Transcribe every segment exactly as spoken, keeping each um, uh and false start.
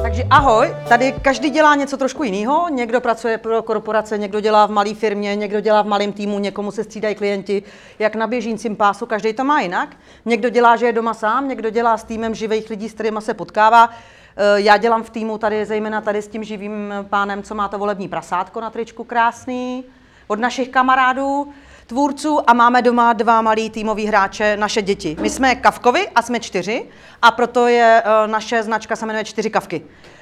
Takže ahoj, tady každý dělá něco trošku jiného, někdo pracuje pro korporace, někdo dělá v malé firmě, někdo dělá v malém týmu, někomu se střídají klienti, jak na běžícím pásu, každý to má jinak. Někdo dělá, že je doma sám, někdo dělá s týmem živých lidí, s kterými se potkává. Já dělám v týmu tady, zejména tady s tím živým pánem, co má to volební prasátko na tričku krásný, od našich kamarádů, tvůrců, a máme doma dva malí týmoví hráče, naše děti. My jsme Kavkovi a jsme čtyři, a proto je uh, naše značka se jmenuje Čtyři Kavky.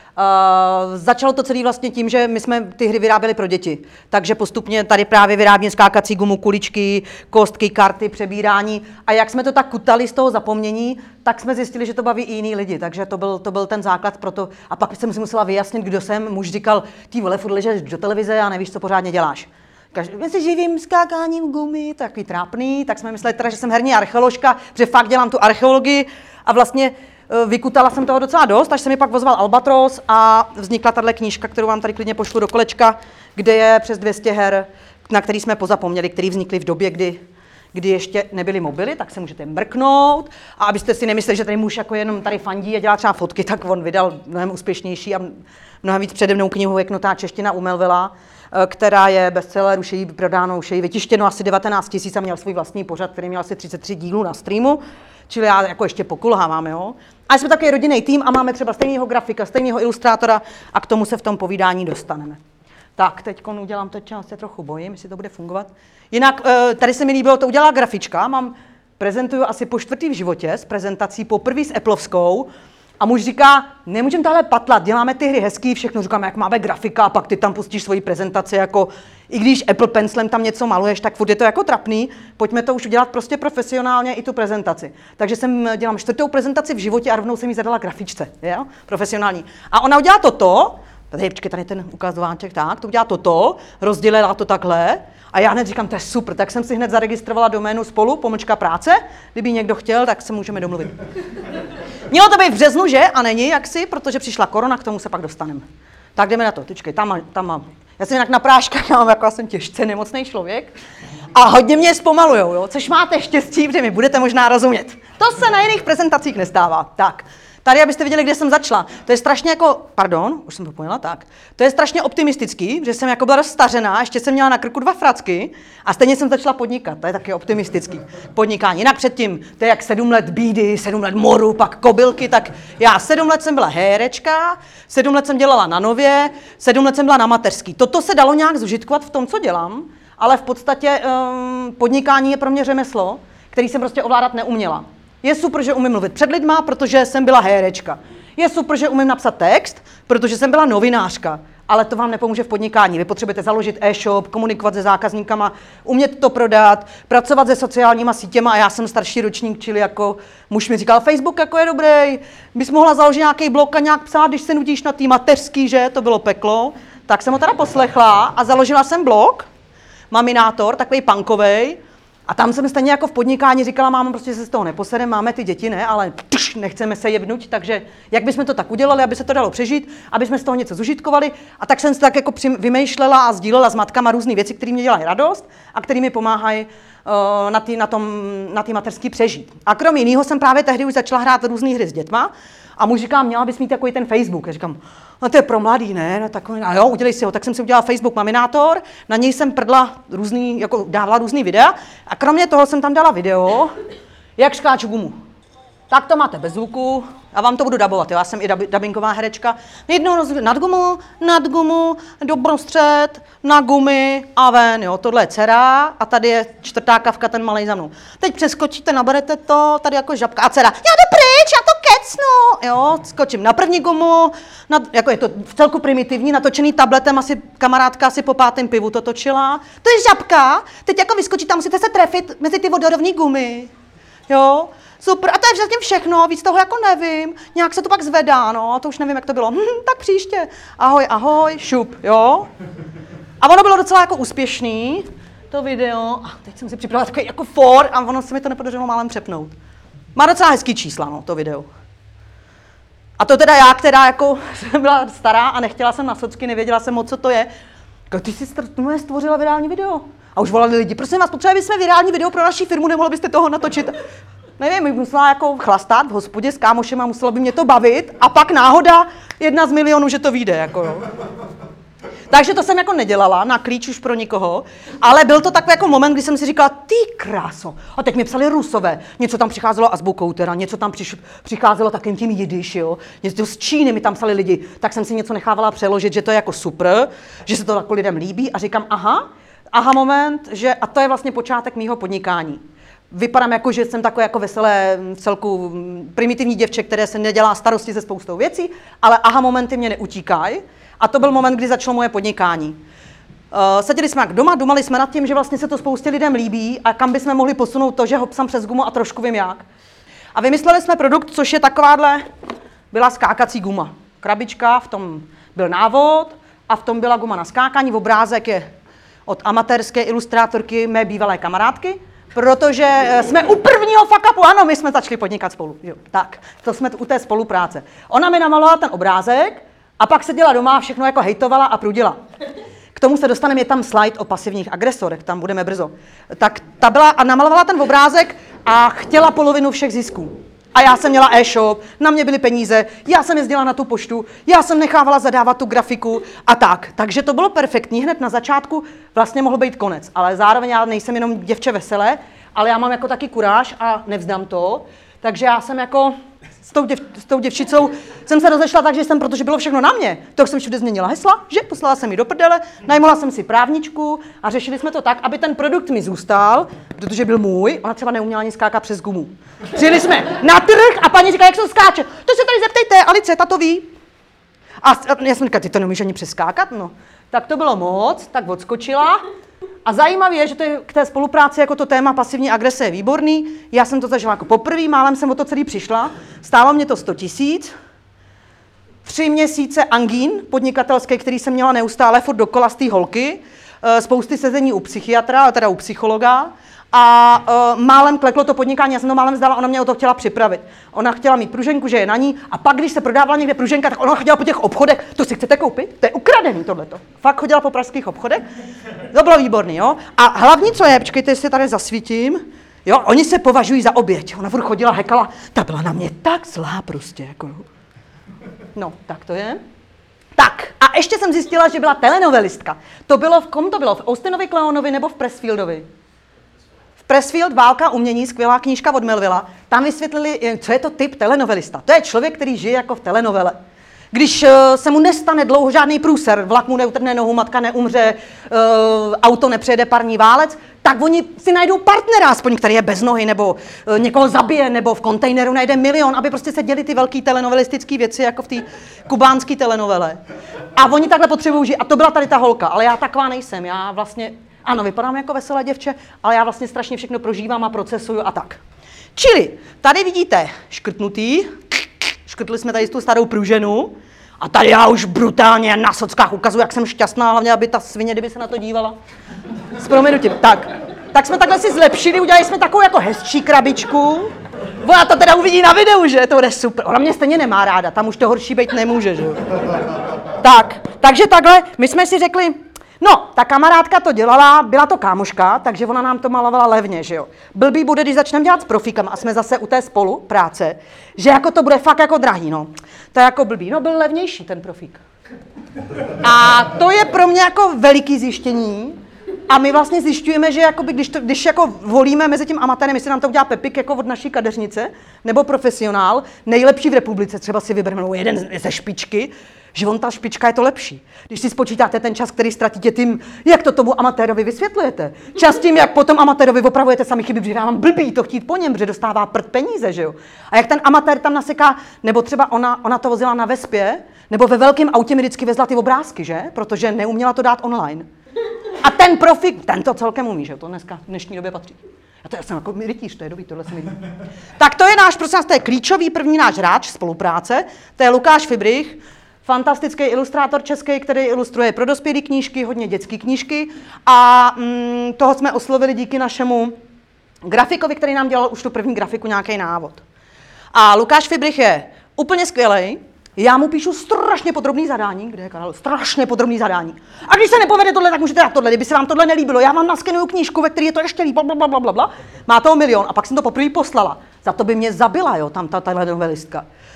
Uh, začalo to celé vlastně tím, že my jsme ty hry vyráběli pro děti. Takže postupně tady právě vyrábíme skákací gumu, kuličky, kostky, karty, přebírání. A jak jsme to tak kutali z toho zapomnění, tak jsme zjistili, že to baví i jiný lidi. Takže to byl, to byl ten základ pro to. A pak jsem si musela vyjasnit, kdo jsem. Muž říkal, ty vole, furt ležeš do televize a nevíš, co pořádně děláš. My si živím skákáním gumy, takový trápný, tak jsme mysleli teda, že jsem herní archeoložka, že fakt dělám tu archeologii, a vlastně vykutala jsem toho docela dost, až se mi pak ozval Albatros a vznikla tahle knížka, kterou vám tady klidně pošlu do kolečka, kde je přes dvě stě her, na který jsme pozapomněli, které vznikly v době, kdy, kdy ještě nebyly mobily, tak se můžete mrknout, a abyste si nemysleli, že tady muž jako jenom tady fandí a dělá třeba fotky, tak on vydal mnohem úspěšnější a mnohem víc přede mnou knihu Jeknutá čeština u Melvilla, která je bestseller, už je jí prodáno, už je jí vytištěno asi devatenáct tisíc a měl svůj vlastní pořad, který měl asi třicet tři dílů na streamu, čili já jako ještě pokulhávám, jo. A jsme takový rodinný tým a máme třeba stejného grafika, stejného ilustrátora, a k tomu se v tom povídání dostaneme. Tak, teď udělám to, čeho se trochu bojím, jestli to bude fungovat. Jinak, tady se mi líbilo, to udělala grafička, mám, prezentuju asi po čtvrtý v životě s prezentací, poprvé s Applovskou. A muž říká, nemůžeme tahle patlat, děláme ty hry hezký, všechno, říkáme, jak máme grafika, a pak ty tam pustíš svoji prezentaci, jako i když Apple Pencilem tam něco maluješ, tak furt je to jako trapný, pojďme to už udělat prostě profesionálně i tu prezentaci. Takže jsem dělám čtvrtou prezentaci v životě a rovnou jsem jí zadala grafičce, jo? Profesionální. A ona udělá toto, tady, počkej, tady ten ukazováček, tak, to udělá toto, rozdělila to takhle, a já hned říkám, to je super, tak jsem si hned zaregistrovala doménu spolu, pomlčka práce, kdyby někdo chtěl, tak se můžeme domluvit. Mělo to být v březnu, že? A není jaksi, protože přišla korona, k tomu se pak dostaneme. Tak jdeme na to, tyčkej, tam mám, tam mám. Já jsem jinak na práškách, já mám, jako já jsem těžce nemocný člověk a hodně mě zpomalujou, jo? Což máte štěstí, protože mi budete možná rozumět. To se na jiných prezentacích nestává. Tak. Tady, abyste viděli, kde jsem začala. To je strašně jako, pardon, už jsem to pojela, tak. To je strašně optimistický, že jsem jako byla dost stařená, ještě jsem měla na krku dva fracky a stejně jsem začala podnikat. To je taky optimistický podnikání. Jinak předtím, to je jak sedm let bídy, sedm let moru, pak kobylky, tak já sedm let jsem byla herečka, sedm let jsem dělala na Nově, sedm let jsem byla na mateřský. Toto se dalo nějak zužitkovat v tom, co dělám, ale v podstatě um, podnikání je pro mě řemeslo, který jsem prostě ovládat neuměla. Je super, že umím mluvit před lidma, protože jsem byla herečka. Je super, že umím napsat text, protože jsem byla novinářka. Ale to vám nepomůže v podnikání. Vy potřebujete založit e-shop, komunikovat se zákazníkama, umět to prodat, pracovat se sociálníma sítěma, a já jsem starší ročník, čili jako muž mi říkal, Facebook jako je dobrý, bys mohla založit nějaký blog a nějak psát, když se nutíš na tý mateřský, že? To bylo peklo. Tak jsem ho teda poslechla a založila jsem blog, Maminátor, takový punkovej. A tam jsem stejně jako v podnikání říkala, máma, prostě se z toho neposedeme, máme ty děti, ne, ale tš, nechceme se jebnout, takže jak bychom to tak udělali, aby se to dalo přežít, aby jsme z toho něco zužitkovali. A tak jsem si tak jako vymýšlela a sdílela s matkama různé věci, které mě dělají radost a které mi pomáhají uh, na té na na mateřský přežít. A krom jiného jsem právě tehdy už začala hrát různé hry s dětma a muž říká, měla bys mít takový ten Facebook. Já říkám, no to je pro mladý, ne? No, tak, a jo, udělej si ho. Tak jsem si udělala Facebook Maminátor, na něj jsem prdla různý, jako dávala různý videa a kromě toho jsem tam dala video, jak škáču gumu. Tak to máte bez zvuku, já vám to budu dabovat, jo? Já jsem i dab, dabingová herečka. Jednou roz... nad gumu, nad gumu, dobrostřed, na gumy a ven, jo? Tohle je dcera a tady je čtvrtá Kavka, ten malej za mnou. Teď přeskočíte, naberete to, tady jako žabka a dcera, já jdu pryč, já to kecnu, jo? Skočím na první gumu, na, jako je to v celku primitivní, natočený tabletem, asi kamarádka asi po pátém pivu to točila. To je žabka, teď jako vyskočíte, musíte se trefit mezi ty vodorovné gumy, jo? Super, a to je zatím všechno, víc toho jako nevím, nějak se to pak zvedá, no, to už nevím, jak to bylo, hm, tak příště, ahoj, ahoj, šup, jo. A ono bylo docela jako úspěšný, to video, a teď jsem si připravila takový jako for a ono se mi to nepodařilo málem přepnout. Má docela hezký čísla, no, to video. A to teda já, která jako jsem byla stará a nechtěla jsem na socky, nevěděla jsem moc, co to je, ty jsi stvořila virální video. A už volali lidi, prosím vás, potřebovali bychom virální video pro naši firmu, nemohli byste toho natočit. Nevím, musela jako chlastat v hospodě s kámošem a muselo by mě to bavit a pak náhoda, Jedna z milionů, že to vyjde, jako jo. Takže to jsem jako nedělala, na klíč už pro nikoho, ale byl to takový jako moment, kdy jsem si říkala, ty kráso, a teď mi psali Rusové, něco tam přicházelo azbukou teda, něco tam přiš, přicházelo takým tím jidiš, jo, něco z Číny mi tam psali lidi, tak jsem si něco nechávala přeložit, že to je jako super, že se to jako lidem líbí a říkám, aha, aha moment, že, a to je vlastně počátek mýho podnikání. Vypadám jako, že jsem takové jako veselé, v celku primitivní děvče, které se nedělá starosti se spoustou věcí, ale aha momenty mě neutíkají. A to byl moment, kdy začalo moje podnikání. Uh, seděli jsme jak doma, dumali jsme nad tím, že vlastně se to spoustě lidem líbí a kam bychom mohli posunout to, že hopsám přes gumu a trošku vím jak. A vymysleli jsme produkt, což je takováhle, byla skákací guma. Krabička, v tom byl návod a v tom byla guma na skákání. Obrázek je od amatérské ilustrátorky mé bývalé kamarádky, protože jsme u prvního fuck upu, ano, my jsme začali podnikat spolu. Jo, tak, to jsme u té spolupráce. Ona mi namalovala ten obrázek, a pak seděla doma a všechno jako hejtovala a prudila. K tomu se dostaneme, je tam slide o pasivních agresorech, tam budeme brzo. Tak ta byla a namalovala ten obrázek a chtěla polovinu všech zisků. A já jsem měla e-shop, na mě byly peníze, já jsem jezdila na tu poštu, já jsem nechávala zadávat tu grafiku a tak. Takže to bylo perfektní, hned na začátku vlastně mohl být konec. Ale zároveň já nejsem jenom děvče veselé, ale já mám jako taky kuráž a nevzdám to. Takže já jsem jako s tou, děv, s tou děvčicou jsem se rozešla tak, že jsem, protože bylo všechno na mě, tak jsem všude změnila hesla, že poslala jsem ji do prdele, najmula jsem si právničku a řešili jsme to tak, aby ten produkt mi zůstal, protože byl můj, ona třeba neuměla ani skákat přes gumu. Přijeli jsme na trh a paní říká, jak se to skáče, to se tady zeptejte, Alice, ta to ví. A já jsem říkala, ty to neumíš ani přeskákat, no. Tak to bylo moc, tak odskočila. A zajímavé je, že to je k té spolupráci jako to téma pasivní agrese je výborný. Já jsem to zažila jako poprvé, málem jsem o to celý přišla. Stálo mě to sto tisíc. Tři měsíce angín podnikatelské, který jsem měla neustále furt dokola z té holky. Spousty sezení u psychiatra, teda u psychologa. A uh, málem kleklo to podnikání, já jsem to málem vzdala, ona mě o to chtěla připravit. Ona chtěla mít pruženku, že je na ní, a pak, když se prodávala někde pruženka, tak ona chodila po těch obchodech, to si chcete koupit? To je ukradený tohleto. Fakt chodila po pražských obchodech. To bylo výborný, jo? A hlavní, co je, počkejte, jestli tady zasvítím, jo, oni se považují za oběť. Ona furt chodila, hekala, ta byla na mě tak zlá prostě, jako. No, tak to je. Tak, a ještě jsem zjistila, že byla telenovelistka. To bylo, v kom to bylo? V Austinovi Kleonovi nebo v Pressfieldovi? Pressfield, Válka umění, skvělá knížka od Melvilla, tam vysvětlili, co je to typ telenovelista. To je člověk, který žije jako v telenovele. Když uh, se mu nestane dlouho žádný průser, vlak mu neutrhne nohu, matka neumře, uh, auto nepřejede parní válec, tak oni si najdou partnera, aspoň který je bez nohy, nebo uh, někoho zabije, nebo v kontejneru najde milion, aby prostě se děli ty velký telenovelistické věci, jako v té kubánské telenovele. A oni takhle potřebují žít. A to byla tady ta holka, ale já taková nejsem. Já vlastně ano, vypadám jako veselé děvče, ale já vlastně strašně všechno prožívám a procesuju a tak. Čili, tady vidíte škrtnutý, škrtli jsme tady tu starou pruženu a tady já už brutálně na sockách ukazuju, jak jsem šťastná, hlavně aby ta svině, kdyby se na to dívala. S prominutím. Tak, tak jsme takhle si zlepšili, udělali jsme takovou jako hezčí krabičku. Ona to teda uvidí na videu, že? To bude super. Ona mě stejně nemá ráda, tam už to horší být nemůže, že? Tak, takže takhle, my jsme si řekli, no, ta kamarádka to dělala, byla to kámoška, takže ona nám to malovala levně, že jo. Blbý bude, když začneme dělat s profíkama a jsme zase u té spolupráce, že jako to bude fakt jako drahý, no. To je jako blbý, no byl levnější ten profík. A to je pro mě jako veliký zjištění a my vlastně zjišťujeme, že jakoby, když, to, když jako volíme mezi tím amatérem, jestli nám to udělá Pepik jako od naší kadeřnice, nebo profesionál, nejlepší v republice, třeba si vybereme jeden ze špičky, že on ta špička je to lepší. Když si spočítáte ten čas, který ztratíte tím, jak to tomu amatérovi vysvětlujete. Čas tím, jak potom amatérovi opravujete sami chyby, protože já mám blbý to chtít po něm, protože dostává prd peníze, že jo. A jak ten amatér tam naseká, nebo třeba ona, ona to vozila na Vespě, nebo ve velkém autě mi vždycky vezla ty obrázky, že? Protože neuměla to dát online. A ten profik, ten to celkem umí, že? To dneska v dnešní době patří. A to já jsem jako rytíř, to je dobrý, tohle se mi líbí. Tak to je náš, prosím vás, to je klíčový první náš hráč spolupráce, to je Lukáš Fibrich, fantastický ilustrátor český, který ilustruje pro dospělé knížky, hodně dětské knížky a mm, toho jsme oslovili díky našemu grafikovi, který nám dělal už tu první grafiku, nějaký návod. A Lukáš Fibrich je úplně skvělej, já mu píšu strašně podrobný zadání, kde je kanál, strašně podrobný zadání. A když se nepovede tohle, tak můžete dát tohle, kdyby se vám tohle nelíbilo, já vám naskenuju knížku, ve které je to ještě líp, bla, bla, bla, bla, má toho milion a pak jsem to poprvé poslala. Za to by mě zabila, jo, tam ta tahle novelistka.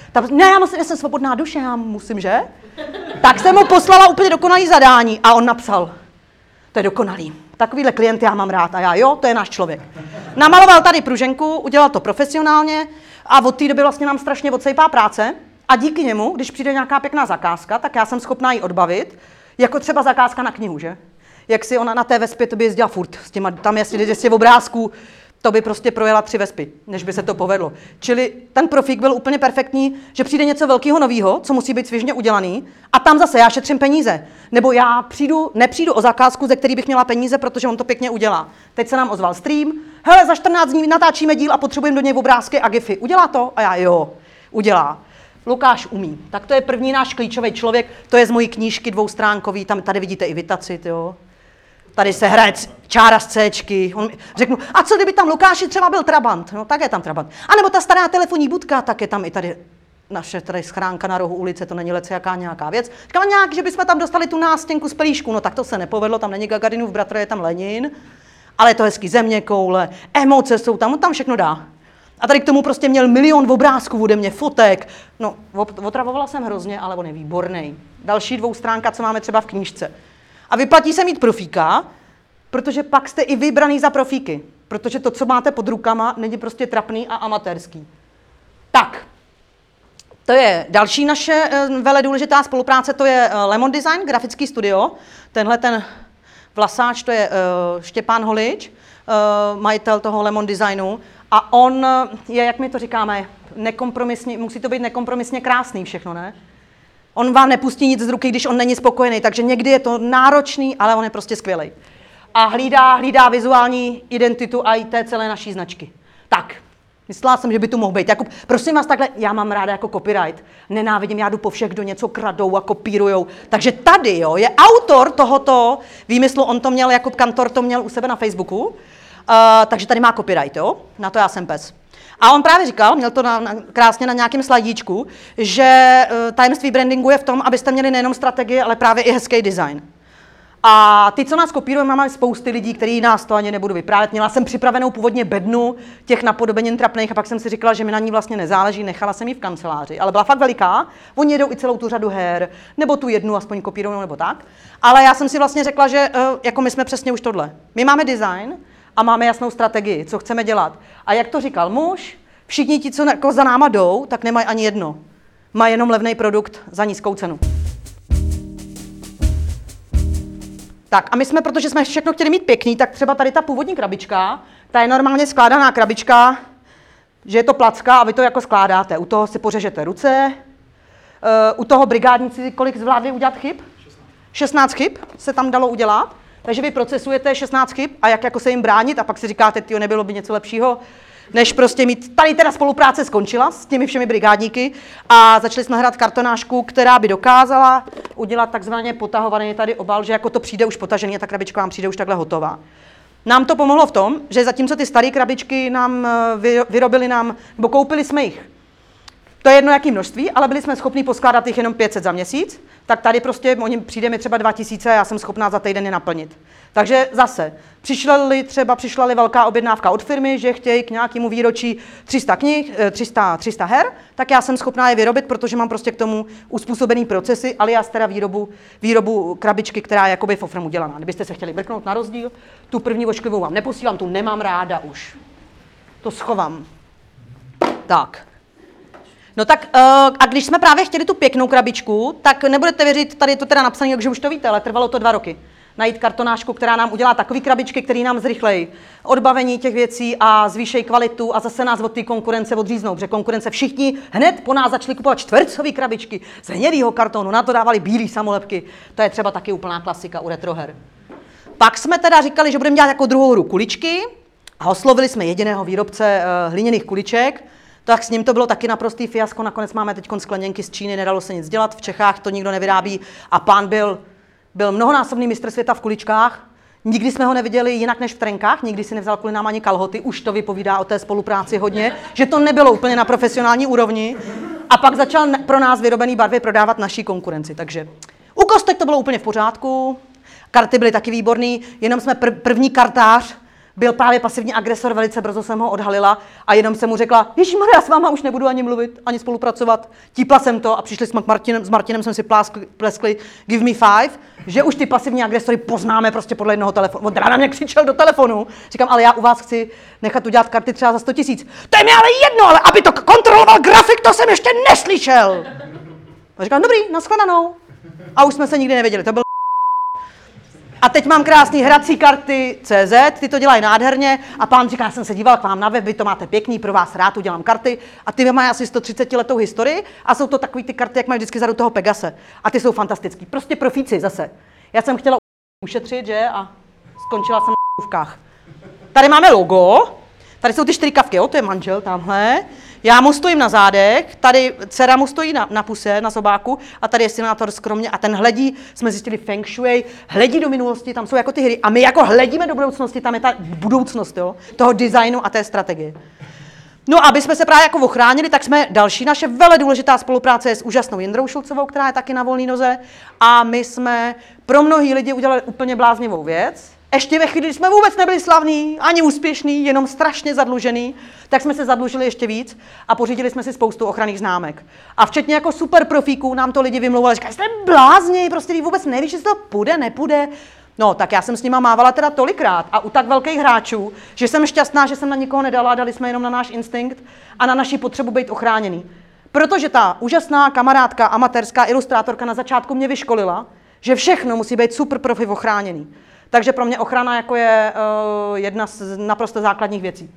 Ta, ne, já, musím, já jsem svobodná duše, já musím, že? Tak jsem mu poslala úplně dokonalý zadání a on napsal, to je dokonalý. Takovýhle klient já mám rád a já, jo, to je náš člověk. Namaloval tady pruženku, udělal to profesionálně a od té doby vlastně nám strašně odsejpá práce a díky němu, když přijde nějaká pěkná zakázka, tak já jsem schopná ji odbavit, jako třeba zakázka na knihu, že? Jak si ona na té Vespě, to by jezdila furt s těma, tam je asi dvě obrázků, to by prostě projela tři Vespy, než by se to povedlo. Čili ten profík byl úplně perfektní, že přijde něco velkého nového, co musí být svěžně udělaný, a tam zase já šetřím peníze. Nebo já přijdu, nepřijdu o zakázku, ze který bych měla peníze, protože on to pěkně udělá. Teď se nám ozval stream, hele, za čtrnáct dní natáčíme díl a potřebujeme do něj obrázky a gify. Udělá to? A já jo, udělá. Lukáš umí. Tak to je první náš klíčový člověk, to je z mojí knížky dvoustránkový, tam tady vidíte i Vitacit, jo. Tady se hraje čára z Cčky. On, řeknu, a co kdyby tam Lukáši třeba byl Trabant? No tak je tam Trabant. A nebo ta stará telefonní budka, tak je tam i tady naše tady schránka na rohu ulice, to není lece jaká nějaká věc. Říkám nějak, že bychom tam dostali tu nástěnku z pelíšku, no tak to se nepovedlo, tam není Gagarinův bratr, je tam Lenin, ale je to hezký, země koule, emoce jsou tam, on tam všechno dá. A tady k tomu prostě měl milion obrázků ode mě, fotek. No, otravovala jsem hrozně, ale on je výborný. Další dvoustránka, co máme třeba v knížce. A vyplatí se mít profíka, protože pak jste i vybraný za profíky. Protože to, co máte pod rukama, není prostě trapný a amatérský. Tak, to je další naše vele důležitá spolupráce, to je Lemon Design, grafický studio. Tenhle ten vlasáč, to je uh, Štěpán Holič, uh, majitel toho Lemon Designu. A on je, jak my to říkáme, nekompromisně, musí to být nekompromisně krásný všechno, ne? On vám nepustí nic z ruky, když on není spokojený, takže někdy je to náročný, ale on je prostě skvělý. A hlídá, hlídá vizuální identitu a i té celé naší značky. Tak, myslela jsem, že by tu mohl být. Jakub, prosím vás takhle, já mám ráda jako copyright. Nenávidím, já jdu po všech, kdo něco kradou a kopírujou. Takže tady, jo, je autor tohoto výmyslu, on to měl, Jakub Kantor to měl u sebe na Facebooku, uh, takže tady má copyright, jo, na to já jsem pes. A on právě říkal, měl to na, na, krásně na nějakém slajdíčku, že uh, tajemství brandingu je v tom, abyste měli nejenom strategii, ale právě i hezký design. A ty, co nás kopírujeme, máme spousty lidí, který nás to ani nebudu vyprávět. Měla jsem připravenou původně bednu těch napodobenin trapných a pak jsem si říkala, že mi na ní vlastně nezáleží, nechala jsem ji v kanceláři. Ale byla fakt veliká, oni jedou i celou tu řadu her, nebo tu jednu aspoň kopírují, nebo tak. Ale já jsem si vlastně řekla, že uh, jako my jsme přesně už tohle. My máme design a máme jasnou strategii, co chceme dělat. A jak to říkal muž, všichni ti, co jako za náma jdou, tak nemají ani jedno. Mají jenom levný produkt za nízkou cenu. Tak a my jsme, protože jsme všechno chtěli mít pěkný, tak třeba tady ta původní krabička, ta je normálně skládaná krabička, že je to placka a vy to jako skládáte. U toho si pořežete ruce, uh, u toho brigádníci kolik zvládli udělat chyb? šestnáct chyb se tam dalo udělat, takže vy procesujete šestnáct chyb a jak jako se jim bránit a pak si říkáte, tyjo, nebylo by něco lepšího, než prostě mít, tady teda spolupráce skončila s těmi všemi brigádníky a začali jsme hrát kartonášku, která by dokázala udělat takzvaně potahovaný tady obal, že jako to přijde už potažený a ta krabička vám přijde už takhle hotová. Nám to pomohlo v tom, že zatímco ty staré krabičky nám vyrobili nám, nebo koupili jsme jich, to je jedno jaký množství, ale byli jsme schopni poskládat jich jenom pět set za měsíc, tak tady prostě oni přijde mi třeba dva tisíce a já jsem schopná za týden je naplnit. Takže zase, přišla-li třeba přišla-li velká objednávka od firmy, že chtějí k nějakému výročí tři sta knih, tři sta, tři sta her, tak já jsem schopná je vyrobit, protože mám prostě k tomu uspůsobený procesy, alias teda výrobu, výrobu krabičky, která je jakoby v ofrem udělaná. Kdybyste se chtěli brknout na rozdíl, tu první ošklivou vám neposílám, tu nemám ráda už. To schovám. Tak. No tak a když jsme právě chtěli tu pěknou krabičku, tak nebudete věřit, tady je to teda napsané, takže už to víte, ale trvalo to dva roky. Najít kartonášku, která nám udělá takové krabičky, které nám zrychlejí odbavení těch věcí a zvýšejí kvalitu a zase nás od té konkurence odříznou, protože konkurence všichni hned po nás začali kupovat čtvercové krabičky z hnědého kartonu, na to dávali bílé samolepky. To je třeba taky úplná klasika u retroher. Pak jsme teda říkali, že budeme dělat jako druhou hru kuličky a oslovili jsme jediného výrobce uh, hliněných kuliček. Tak s ním to bylo taky naprostý fiasko, nakonec máme teď skleněnky z Číny, nedalo se nic dělat, v Čechách to nikdo nevyrábí a pán byl, byl mnohonásobný mistr světa v kuličkách, nikdy jsme ho neviděli jinak než v trenkách, nikdy si nevzal kvůli nám ani kalhoty, už to vypovídá o té spolupráci hodně, že to nebylo úplně na profesionální úrovni a pak začal pro nás vyrobený barvy prodávat naší konkurenci, takže u kostek to bylo úplně v pořádku, karty byly taky výborný, jenom jsme pr- první kartář, byl právě pasivní agresor, velice brzo jsem ho odhalila a jenom jsem mu řekla, ježišmarja, já s váma už nebudu ani mluvit, ani spolupracovat. Típla jsem to a přišli jsme k Martinem, s Martinem jsme si pláskli, pleskli give me five, že už ty pasivní agresory poznáme prostě podle jednoho telefonu. On teda na mě křičel do telefonu. Říkám, ale já u vás chci nechat udělat karty třeba za sto tisíc. To je mi ale jedno, ale aby to kontroloval grafik, to jsem ještě neslyšel. A říkám, dobrý, nashledanou. A už jsme se nikdy nevěděli, to byl A teď mám krásný hrací karty C Z, ty to dělají nádherně a pán říká, já jsem se díval k vám na web, vy to máte pěkný, pro vás rád udělám karty a ty mají asi sto třicet letou historii a jsou to takový ty karty, jak mají vždycky zadu toho Pegase a ty jsou fantastický, prostě profíci zase. Já jsem chtěla ušetřit, že, a skončila jsem na kavkách. Tady máme logo, tady jsou ty čtyři kavky, jo, to je manžel tamhle. Já mu stojím na zádech, tady dcera mu stojí na, na puse, na sobáku a tady je senátor skromně a ten hledí, jsme zjistili feng shui, hledí do minulosti, tam jsou jako ty hry a my jako hledíme do budoucnosti, tam je ta budoucnost, jo, toho designu a té strategie. No aby jsme se právě jako ochránili, tak jsme další naše vele důležitá spolupráce je s úžasnou Jindrou Šulcovou, která je taky na volné noze a my jsme pro mnohý lidi udělali úplně bláznivou věc. Ještě ve chvíli, kdy jsme vůbec nebyli slavní, ani úspěšní, jenom strašně zadlužený, tak jsme se zadlužili ještě víc a pořídili jsme si spoustu ochranných známek. A včetně jako super profíků nám to lidi vymlouvali, říkají, jste blázni, prostě vy vůbec nevíš, jestli to půjde, nepůjde. No, tak já jsem s nima mávala teda tolikrát a u tak velkých hráčů, že jsem šťastná, že jsem na nikoho nedala, dali jsme jenom na náš instinkt a na naši potřebu být ochráněný. Protože ta úžasná kamarádka, amatérská ilustrátorka na začátku mě vyškolila, že všechno musí být super profi ochráněný. Takže pro mě ochrana jako je uh, jedna z naprosto základních věcí.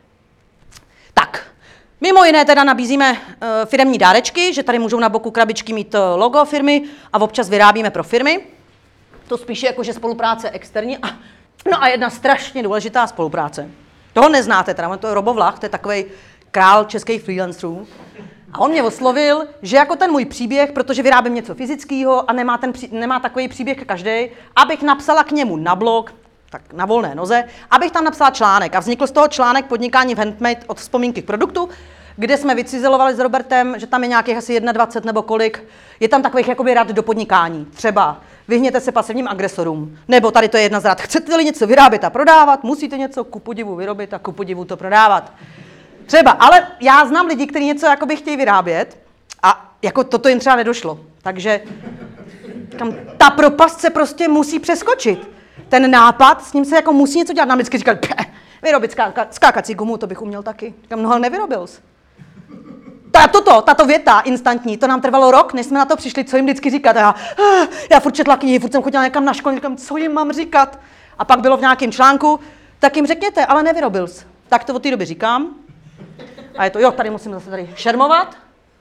Tak, mimo jiné teda nabízíme uh, firemní dárečky, že tady můžou na boku krabičky mít uh, logo firmy a občas vyrábíme pro firmy. To spíše jako, že spolupráce externí. A, no a jedna strašně důležitá spolupráce. Toho neznáte, teda to je Robo Vlach, to je takovej král českých freelancerů. A on mě oslovil, že jako ten můj příběh, protože vyrábím něco fyzického a nemá, ten, nemá takový příběh každý, abych napsala k němu na blog, tak na volné noze, abych tam napsala článek. A vznikl z toho článek Podnikání v handmade od vzpomínky k produktu, kde jsme vycizelovali s Robertem, že tam je nějakých asi dvacet jedna nebo kolik. Je tam takových jakoby rad do podnikání. Třeba vyhněte se pasivním agresorům. Nebo tady to je jedna z rad. Chcete-li něco vyrábět a prodávat, musíte něco ku podivu vyrobit a ku podivu to prodávat. Třeba, ale já znám lidi, kteří něco jakoby chtějí vyrábět a jako toto jim třeba nedošlo. Takže tam, ta propast se prostě musí přeskočit. Ten nápad, s ním se jako musí něco dělat. Nám vždycky říkali, vyrobit skáka, skákací gumu, to bych uměl taky. Říkám, no ale nevyrobil jsi. Toto, tato věta instantní, to nám trvalo rok, než jsme na to přišli, co jim vždycky říkat. Já, já furt četla knihy, furt jsem chodila někam na školu, říkám, co jim mám říkat. A pak bylo v nějakém článku, tak jim řekněte, ale nevyrobil jsi. Tak to od té doby říkám. A je to, jo, tady musím zase tady šermovat.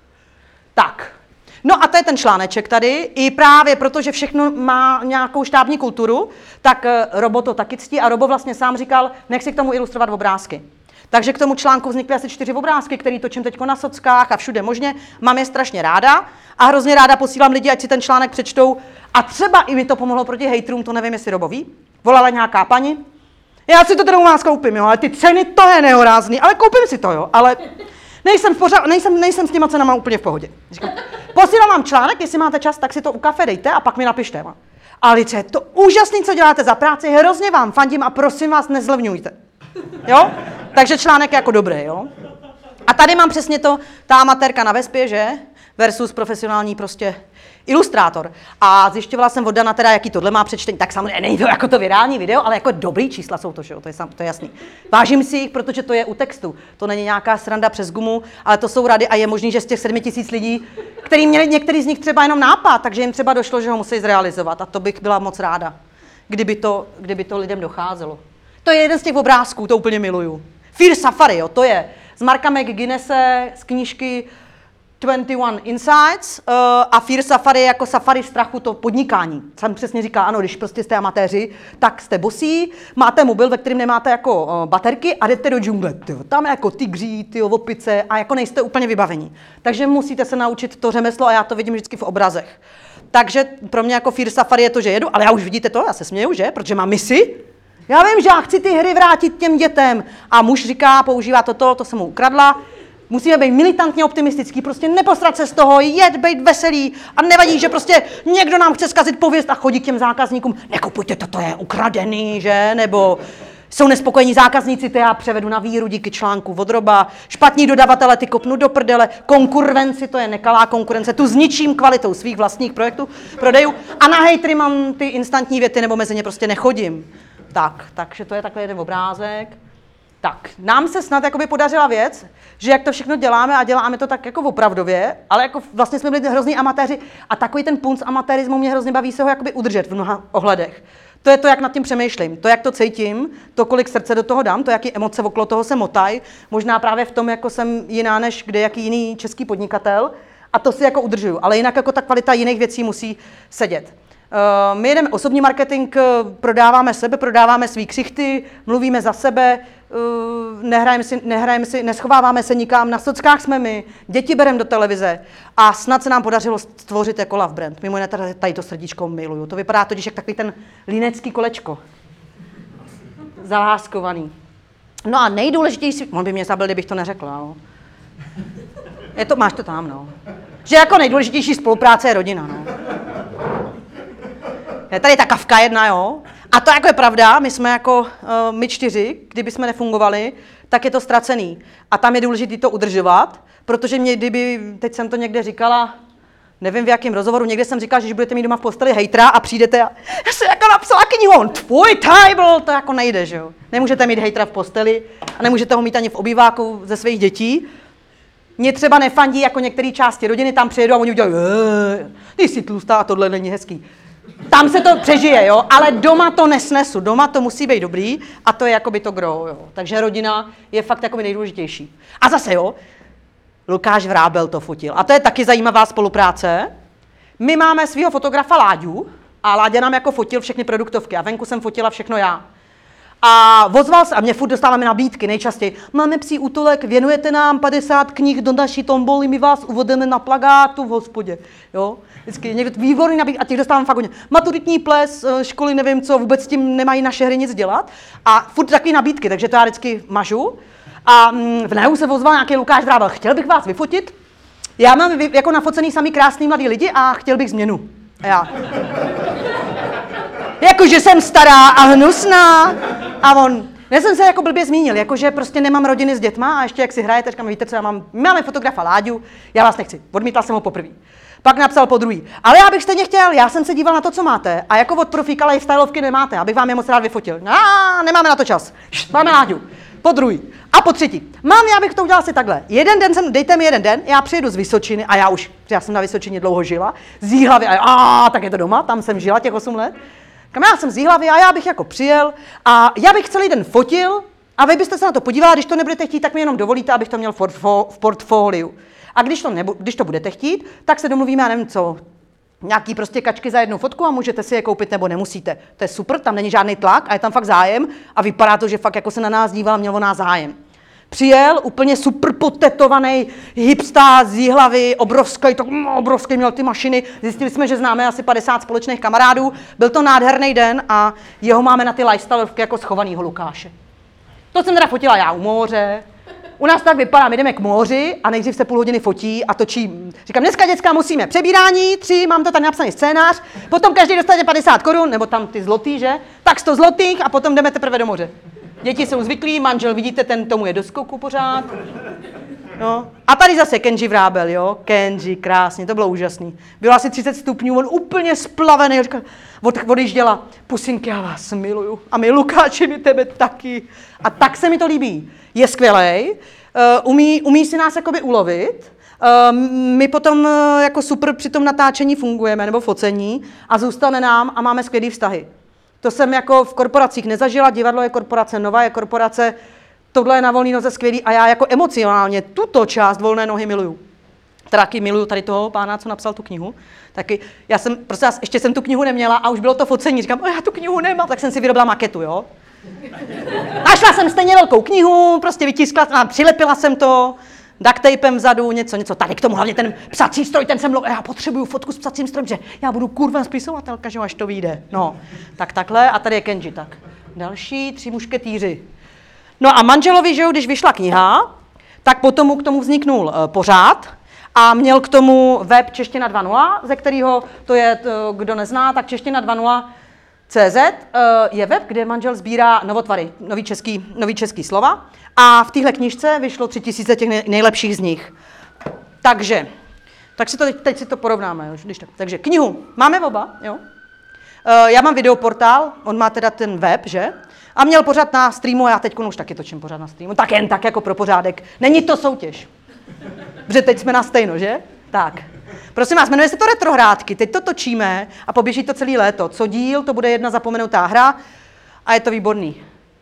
Tak. No a to je ten článeček tady. I právě proto, že všechno má nějakou štábní kulturu, tak Robo to taky ctí a Robo vlastně sám říkal, nech si k tomu ilustrovat obrázky. Takže k tomu článku vznikly asi čtyři obrázky, který točím teď na sockách a všude možně. Mám je strašně ráda a hrozně ráda posílám lidi, ať si ten článek přečtou. A třeba i mi to pomohlo proti hejtrům, to nevím, jestli Robo ví. Volala nějaká paní. Já si to teda u nás koupím, jo, ale ty ceny, to je nehorázný, ale koupím si to, jo, ale nejsem, v pořád, nejsem, nejsem s těma cenama úplně v pohodě. Říkám, posílám vám článek, jestli máte čas, tak si to u kafe dejte a pak mi napište. Alice, to úžasný, co děláte za práci, hrozně vám fandím a prosím vás, nezlevňujte. Jo? Takže článek je jako dobrý, jo? A tady mám přesně to, ta amatérka na vespě, že? Versus profesionální prostě ilustrátor. A zjišťovala jsem od Dana teda, jaký tohle má přečtení. Tak samozřejmě není to jako to virální video, ale jako dobrý čísla jsou to, že jo? To je, to je jasný. Vážím si jich, protože to je u textu. To není nějaká sranda přes gumu, ale to jsou rady a je možný, že z těch sedmi tisíc lidí, který měli některý z nich třeba jenom nápad, takže jim třeba došlo, že ho musí zrealizovat. A to bych byla moc ráda, kdyby to, kdyby to lidem docházelo. To je jeden z těch obrázků, to úplně miluju. Fear Safari, jo, to je z Marka McGuinnesse z knížky dvacet jedna Insights uh, a Fear Safari je jako safari strachu, to podnikání. Sam přesně říká, ano, když prostě jste amatéři, tak jste bosí, máte mobil, ve kterém nemáte jako uh, baterky a jdete do džungle. Tyjo, tam je jako tygří, tyjo, opice a jako nejste úplně vybavení. Takže musíte se naučit to řemeslo a já to vidím vždycky v obrazech. Takže pro mě jako Fear Safari je to, že jedu, ale já už vidíte to, já se směju, že? Protože mám misi. Já vím, že já chci ty hry vrátit těm dětem. A muž říká, používá toto, to jsem mu ukradla. Musíme být militantně optimistický, prostě neposrat se z toho, jet, být veselý a nevadí, že prostě někdo nám chce zkazit pověst a chodí k těm zákazníkům, nekupujte to, to je ukradený, že? Nebo Jsou nespokojení zákazníci, ty já převedu na víru díky článku Vodroba, špatní dodavatele, ty kopnu do prdele, konkurenci, to je nekalá konkurence, tu zničím kvalitou svých vlastních projektů, prodejů a na hejtry mám ty instantní věty nebo mezi ně prostě nechodím. Tak, takže to je takhle jeden obrázek. Tak, nám se snad jakoby podařila věc, že jak to všechno děláme a děláme to tak jako opravdově, ale jako vlastně jsme byli hrozný amatéři a takový ten punc amatérismu mě hrozně baví se ho jakoby udržet v mnoha ohledech. To je to, jak nad tím přemýšlím, to, jak to cítím, to, kolik srdce do toho dám, to, jaký emoce okolo toho se motají, možná právě v tom, jako jsem jiná než kdejaký jiný český podnikatel a to si jako udržuju, ale jinak jako ta kvalita jiných věcí musí sedět. Uh, my jedeme osobní marketing, prodáváme sebe, prodáváme svý ksichty, mluvíme za sebe, uh, nehrajeme si, nehrajeme si, neschováváme se nikam, na sockách jsme my, děti bereme do televize a snad se nám podařilo stvořit jako love brand. Mimo jiné tady, tady to srdíčko miluju. To vypadá totiž jak takový ten línecký kolečko. Zaláskovaný. No a nejdůležitější, on by mě zabil, kdybych to neřekl, no. Je to, máš to tam, no. Že jako nejdůležitější spolupráce je rodina, no. Je tady ta kavka jedna, jo. A to jako je pravda, my jsme jako uh, my čtyři, kdyby jsme nefungovali, tak je to ztracený. A tam je důležité to udržovat, protože mě, kdyby, teď jsem to někde říkala, nevím v jakém rozhovoru, někde jsem říkala, že když budete mít doma v posteli hejtra a přijdete a já jsem jako napsala knihu, on tvůj table, to jako nejde, že jo. Nemůžete mít hejtra v posteli a nemůžete ho mít ani v obýváku ze svých dětí. Mě třeba nefandí jako některé části rodiny, tam přijedu a oni udělají, ty jsi tlustá a tohle není hezký. Tam se to přežije, jo, ale doma to nesnesu, doma to musí být dobrý a to je jakoby to gro, jo. Takže rodina je fakt jakoby nejdůležitější. A zase, jo, Lukáš Vrábel to fotil a to je taky zajímavá spolupráce. My máme svého fotografa Láďu a Láďa nám jako fotil všechny produktovky a venku jsem fotila všechno já. A ozval se, a mě furt dostáváme nabídky nejčastěji. Máme psí útulek, věnujete nám padesát knih do naší tomboly, my vás uvedeme na plagátu v hospodě. Jo? Vždycky někdo výborný nabídky a těch dostávám fakt hodně. Maturitní ples, školy, nevím co, vůbec s tím nemají naše hry nic dělat. A furt takové nabídky, takže to já vždycky mažu. A v Nehu se ozval nějaký Lukáš Vrábel, chtěl bych vás vyfotit. Já mám jako nafocený samý krásný mladý lidi a chtěl bych změnu. A já. Jakože jsem stará a hnusná. A on, já jsem se jako blbě zmínil, jakože prostě nemám rodiny s dětma a ještě jak si hrajete, říkám, víte co, já mám, my máme fotografa Láďu, já vás nechci, odmítla jsem ho poprvé. Pak napsal po druhý, ale já bych stejně chtěl, já jsem se díval na to, co máte a jako od profíka lifestyleovky nemáte, abych vám je moc rád vyfotil. No, nemáme na to čas, Št, máme Láďu. Po druhý a po třetí, mám, já bych to udělal si takhle, jeden den jsem, dejte mi jeden den, já přijedu z Vysočiny a já už, já jsem na Vysočině dlouho žila, z Jihlavy a a tak je to doma, tam jsem žila těch osm let. Kam já jsem z Jihlavy a já bych jako přijel a já bych celý den fotil a vy byste se na to podívali, když to nebudete chtít, tak mi jenom dovolíte, abych to měl v portfoliu. A když to, nebu, když to budete chtít, tak se domluvíme, já nevím co, nějaký prostě kačky za jednu fotku a můžete si je koupit nebo nemusíte. To je super, tam není žádný tlak a je tam fakt zájem a vypadá to, že fakt jako se na nás díval, měl o nás zájem. Přijel, úplně super potetovaný hipsta z Jihlavy, obrovský, tak obrovský měl ty mašiny. Zjistili jsme, že známe asi padesát společných kamarádů. Byl to nádherný den a jeho máme na ty lifestyleovky jako schovanýho Lukáše. To jsem teda fotila já u moře. U nás tak vypadá, my jdeme k moři a nejdřív se půl hodiny fotí a točí. Říkám, dneska děcka musíme přebírání, tři, mám to tady napsaný scénář, potom každý dostane padesát korun, nebo tam ty zlotý, že? Tak sto zlotých a potom jdeme teprve do moře. Děti jsou zvyklí, manžel, vidíte, ten tomu je do skoku pořád. No. A tady zase Kenji Vrábel, jo? Kenji, krásně, to bylo úžasný. Bylo asi třicet stupňů, on úplně splavený, říkal, od, odjížděla, pusinky, já vás miluju. A my, Lukáči, my tebe taky. A tak se mi to líbí. Je skvělej, uh, umí, umí si nás jakoby ulovit. Uh, my potom uh, jako super při tom natáčení fungujeme, nebo focení, a zůstane nám a máme skvělý vztahy. To jsem jako v korporacích nezažila, divadlo je korporace, nová je korporace, tohle je na volný noze skvělý a já jako emocionálně tuto část volné nohy miluju. Taky miluju tady toho pána, co napsal tu knihu. Taky já jsem, prostě ještě jsem tu knihu neměla a už bylo to focení, říkám, o, já tu knihu nemám, tak jsem si vyrobila maketu, jo. Našla jsem stejně velkou knihu, prostě vytiskla a přilepila jsem to, duct tapem vzadu, něco, něco. Tady k tomu hlavně ten psací stroj, ten jsem, já potřebuju fotku s psacím strojem, že já budu kurva spisovatelka, že až to vyjde. No, tak takhle a tady je Kenji, tak. Další tři mušketýři. No a manželovi, že jo, když vyšla kniha, tak potom k tomu vzniknul uh, pořád a měl k tomu web Čeština dva tečka nula, ze kterého, to je, to, kdo nezná, tak Čeština dva tečka nula C Z uh, je web, kde manžel sbírá novotvary, nový český, nový český slova. A v téhle knižce vyšlo tři tisíce těch nej, nejlepších z nich. Takže, tak si to teď, teď si to porovnáme. Jo, když tak. Takže knihu máme oba, jo. Uh, já mám videoportál, on má teda ten web, že? A měl pořád na streamu, a já teď už taky točím pořád na streamu, tak jen tak jako pro pořádek. Není to soutěž. Protože teď jsme na stejno, že? Tak. Prosím vás, jmenuje se to Retrohrádky, teď to točíme a poběží to celý léto. Co díl, to bude jedna zapomenutá hra a je to výborný.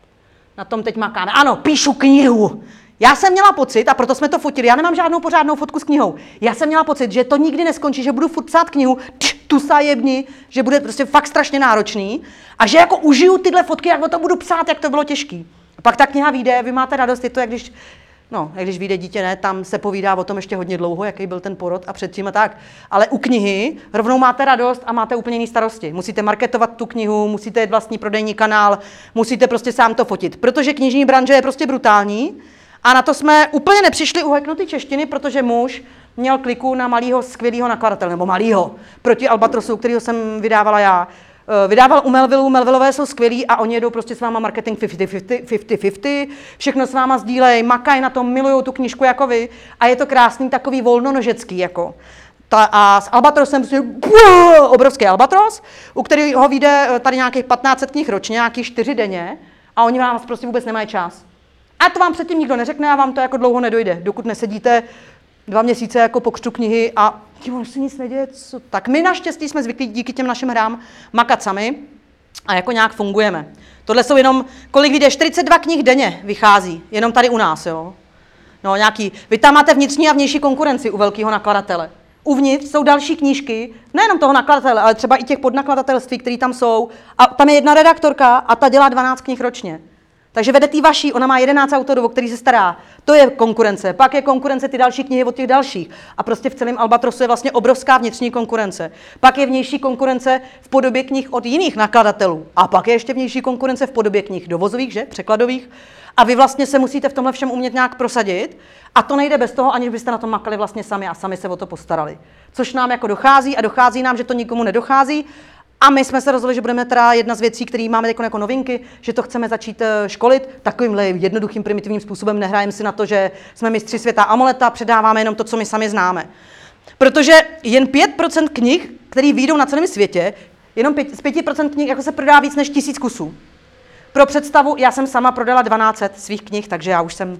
Na tom teď makáme. Ano, píšu knihu. Já jsem měla pocit, a proto jsme to fotili, já nemám žádnou pořádnou fotku s knihou, já jsem měla pocit, že to nikdy neskončí, že budu furt psát knihu, tš, tu sajebni, že bude prostě fakt strašně náročný a že jako užiju tyhle fotky, jak o to budu psát, jak to bylo těžký. A pak ta kniha vyjde, vy máte radost, je to jak když, no, jak když vyjde dítě, ne, tam se povídá o tom ještě hodně dlouho, jaký byl ten porod a předtím a tak. Ale u knihy rovnou máte radost a máte úplně jiný starosti. Musíte marketovat tu knihu, musíte jít vlastní prodejní kanál, musíte prostě sám to fotit, protože knižní branže je prostě brutální. A na to jsme úplně nepřišli u hacknutý češtiny, protože muž měl kliku na malýho skvělýho nakladatele, nebo malýho, proti Albatrosu, kterýho jsem vydávala já. Vydával u Melvillu, Melvillové jsou skvělí a oni jedou prostě s váma marketing padesát na padesát, všechno s váma sdílej, makaj na tom, milujou tu knížku jako vy a je to krásný takový volnonožecký jako. Ta, a s Albatrosem prostě buh, obrovský Albatros, u kterého vyjde tady nějakých patnáct set knih ročně, nějakých čtyři denně a oni vám prostě vůbec nemají čas. A to vám předtím nikdo neřekne a vám to jako dlouho nedojde, dokud nesedíte dva měsíce jako po křtu knihy a tím se nic neděje, co tak. My naštěstí jsme zvyklí díky těm našim hrám makat sami a jako nějak fungujeme. Tohle jsou jenom, kolik vyjde, čtyřicet dva knih denně vychází, jenom tady u nás, jo. No nějaký, vy tam máte vnitřní a vnější konkurenci u velkého nakladatele. Uvnitř jsou další knížky, nejenom toho nakladatele, ale třeba i těch podnakladatelství, které tam jsou. A tam je jedna redaktorka a ta dělá dvanáct knih ročně. Takže vede tý vaší, ona má jedenáct autorů, o který se stará. To je konkurence. Pak je konkurence ty další knihy od těch dalších. A prostě v celém Albatrosu je vlastně obrovská vnitřní konkurence. Pak je vnější konkurence v podobě knih od jiných nakladatelů. A pak je ještě vnější konkurence v podobě knih dovozových, že? Překladových. A vy vlastně se musíte v tomhle všem umět nějak prosadit. A to nejde bez toho, aniž byste na tom makali vlastně sami a sami se o to postarali. Což nám jako dochází a dochází nám, že to nikomu nedochází. A my jsme se rozhodli, že budeme teda jedna z věcí, které máme jako novinky, že to chceme začít školit takovýmhle jednoduchým primitivním způsobem. Nehrajeme si na to, že jsme mistři světa Amoleta, předáváme jenom to, co my sami známe. Protože jen pět procent knih, které vyjdou na celém světě, jenom pět, z pět procent knih jako se prodá víc než tisíc kusů. Pro představu, já jsem sama prodala dvanáct set svých knih, takže já už jsem